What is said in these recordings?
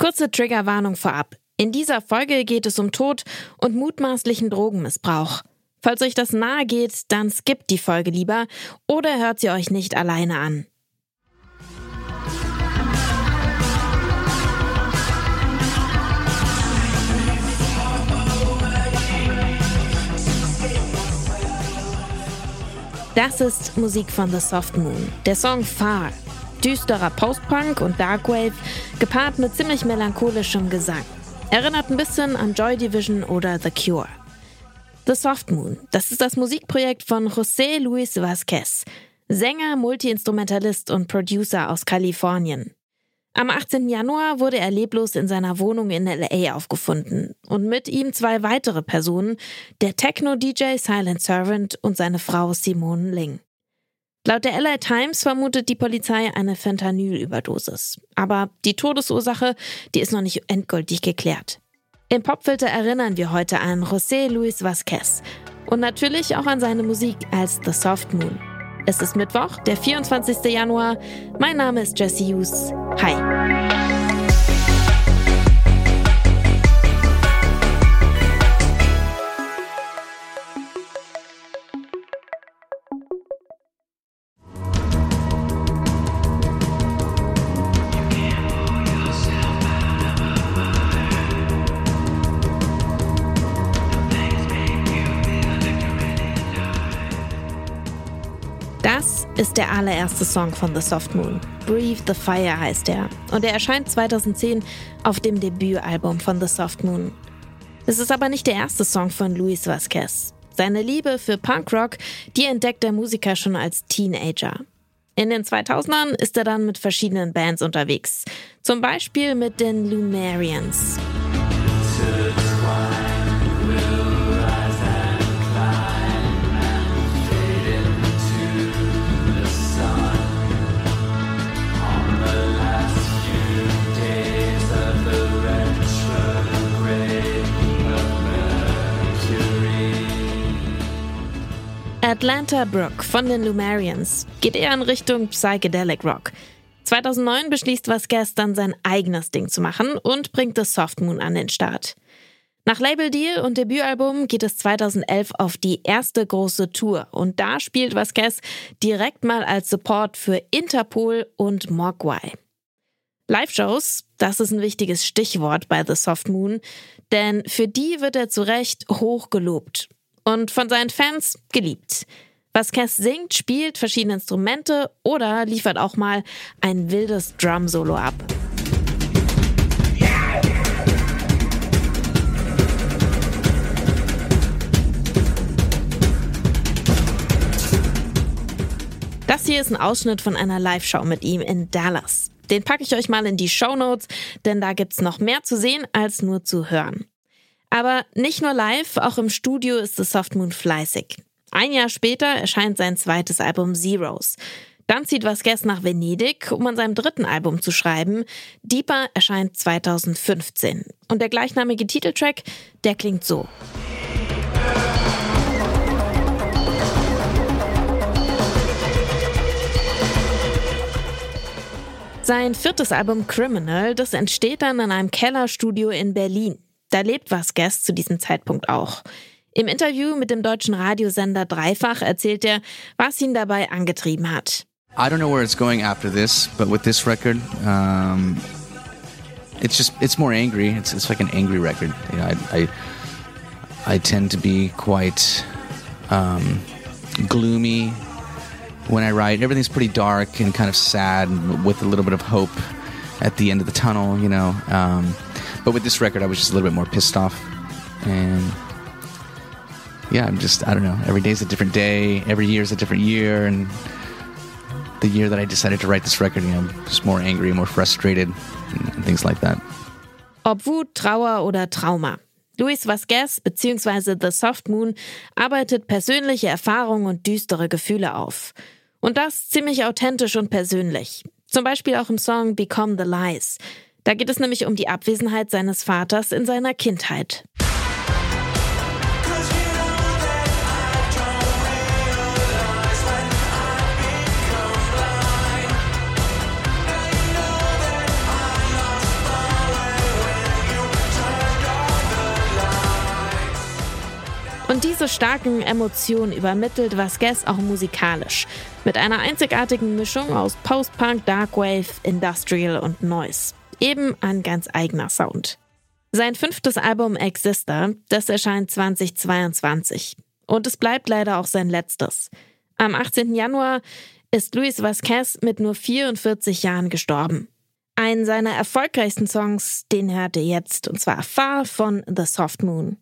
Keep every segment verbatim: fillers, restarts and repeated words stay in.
Kurze Triggerwarnung vorab. In dieser Folge geht es um Tod und mutmaßlichen Drogenmissbrauch. Falls euch das nahe geht, dann skippt die Folge lieber oder hört sie euch nicht alleine an. Das ist Musik von The Soft Moon, der Song Far. Düsterer Post-Punk und Darkwave, gepaart mit ziemlich melancholischem Gesang. Erinnert ein bisschen an Joy Division oder The Cure. The Soft Moon, das ist das Musikprojekt von José Luis Vázquez, Sänger, Multi-Instrumentalist und Producer aus Kalifornien. Am achtzehnten Januar wurde er leblos in seiner Wohnung in L A aufgefunden und mit ihm zwei weitere Personen, der Techno-D J Silent Servant und seine Frau Simone Ling. Laut der L A Times vermutet die Polizei eine Fentanyl-Überdosis. Aber die Todesursache, die ist noch nicht endgültig geklärt. Im Popfilter erinnern wir heute an José Luis Vázquez und natürlich auch an seine Musik als The Soft Moon. Es ist Mittwoch, der vierundzwanzigsten Januar. Mein Name ist Jessie Hughes. Hi. Das ist der allererste Song von The Soft Moon. Breathe the Fire heißt er. Und er erscheint zweitausendzehn auf dem Debütalbum von The Soft Moon. Es ist aber nicht der erste Song von Luis Vázquez. Seine Liebe für Punkrock, die entdeckt der Musiker schon als Teenager. In den zweitausendern ist er dann mit verschiedenen Bands unterwegs. Zum Beispiel mit den Lumerians. Atlanta Brook von den Lumerians geht eher in Richtung Psychedelic Rock. zweitausendneun beschließt Vázquez dann sein eigenes Ding zu machen und bringt The Soft Moon an den Start. Nach Labeldeal und Debütalbum geht es zweitausendelf auf die erste große Tour und da spielt Vázquez direkt mal als Support für Interpol und Mogwai. Live-Shows, das ist ein wichtiges Stichwort bei The Soft Moon, denn für die wird er zu Recht hoch gelobt. Und von seinen Fans geliebt. Vázquez singt, spielt verschiedene Instrumente oder liefert auch mal ein wildes Drum-Solo ab. Das hier ist ein Ausschnitt von einer Live-Show mit ihm in Dallas. Den packe ich euch mal in die Shownotes, denn da gibt's noch mehr zu sehen als nur zu hören. Aber nicht nur live, auch im Studio ist The Soft Moon fleißig. Ein Jahr später erscheint sein zweites Album Zeros. Dann zieht Vázquez nach Venedig, um an seinem dritten Album zu schreiben. Deeper erscheint zweitausendfünfzehn. Und der gleichnamige Titeltrack, der klingt so. Sein viertes Album Criminal, das entsteht dann in einem Kellerstudio in Berlin. Da lebt Vázquez zu diesem Zeitpunkt auch. Im Interview mit dem deutschen Radiosender Dreifach erzählt er, was ihn dabei angetrieben hat. I don't know where it's going after this, but with this record, um, it's just it's more angry. It's it's like an angry record. You know, I I, I tend to be quite um, gloomy when I write. Everything's pretty dark and kind of sad, with a little bit of hope at the end of the tunnel. You know. Um, But with this record, I was just a little bit more pissed off. And yeah, I'm just, I don't know, every day's a different day, every year's a different year. And the year that I decided to write this record, you know, I'm just more angry, more frustrated and, and things like that. Ob Wut, Trauer oder Trauma. Luis Vázquez bzw. The Soft Moon arbeitet persönliche Erfahrungen und düstere Gefühle auf. Und das ziemlich authentisch und persönlich. Zum Beispiel auch im Song Become the Lies. Da geht es nämlich um die Abwesenheit seines Vaters in seiner Kindheit. Und diese starken Emotionen übermittelt Vasquez auch musikalisch. Mit einer einzigartigen Mischung aus Post-Punk, Darkwave, Industrial und Noise. Eben ein ganz eigener Sound. Sein fünftes Album Exister, das erscheint zweitausendzweiundzwanzig. Und es bleibt leider auch sein letztes. Am achtzehnten Januar ist Luis Vasquez mit nur vierundvierzig Jahren gestorben. Einen seiner erfolgreichsten Songs, den hört ihr jetzt, und zwar Far von The Soft Moon.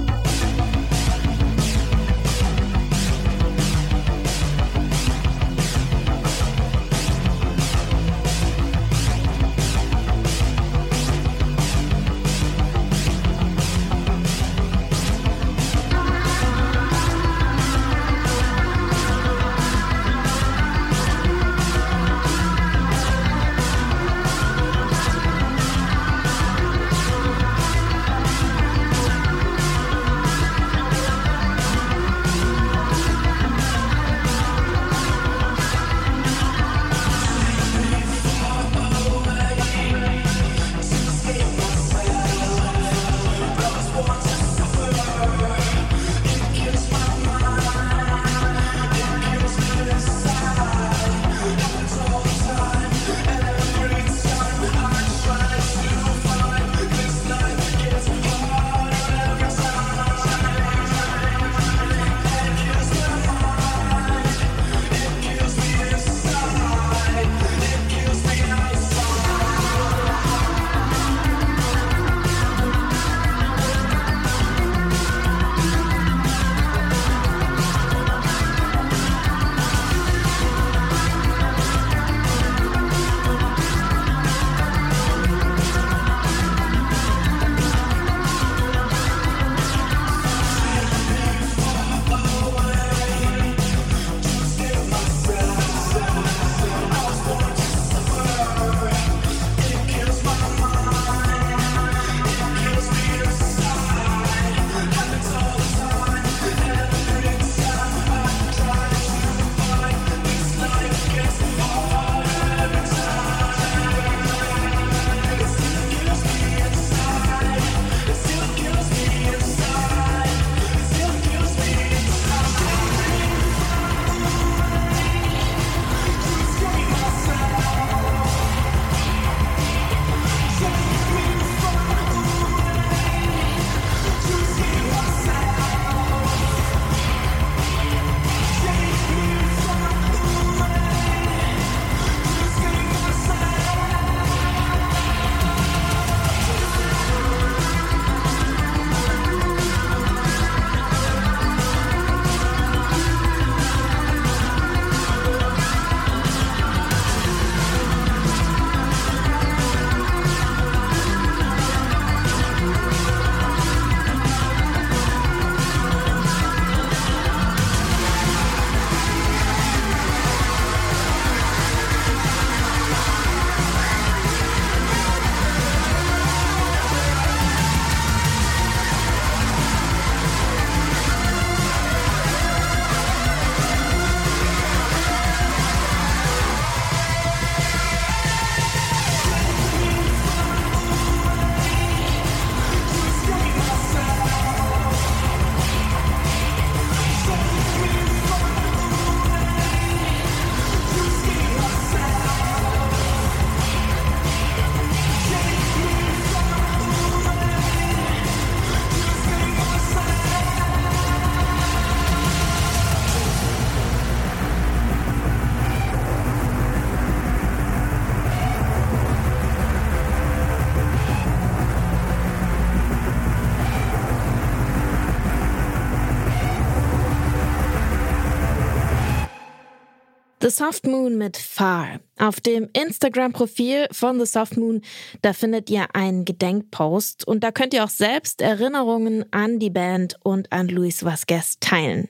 The Soft Moon mit Far. Auf dem Instagram-Profil von The Soft Moon, da findet ihr einen Gedenkpost und da könnt ihr auch selbst Erinnerungen an die Band und an Luis Vasquez teilen.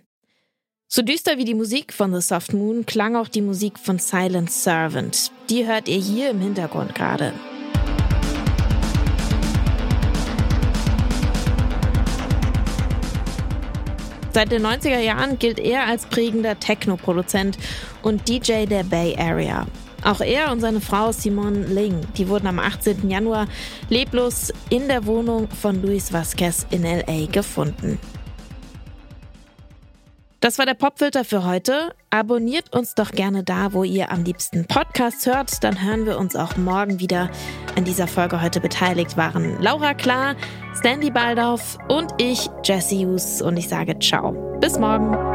So düster wie die Musik von The Soft Moon klang auch die Musik von Silent Servant. Die hört ihr hier im Hintergrund gerade. Seit den neunziger Jahren gilt er als prägender Techno-Produzent und D J der Bay Area. Auch er und seine Frau Simone Ling, die wurden am achtzehnten Januar leblos in der Wohnung von Luis Vasquez in L A gefunden. Das war der Popfilter für heute. Abonniert uns doch gerne da, wo ihr am liebsten Podcasts hört. Dann hören wir uns auch morgen wieder. An dieser Folge heute beteiligt waren Laura Klar, Sandy Baldauf und ich, Jessie Hughes. Und ich sage ciao. Bis morgen.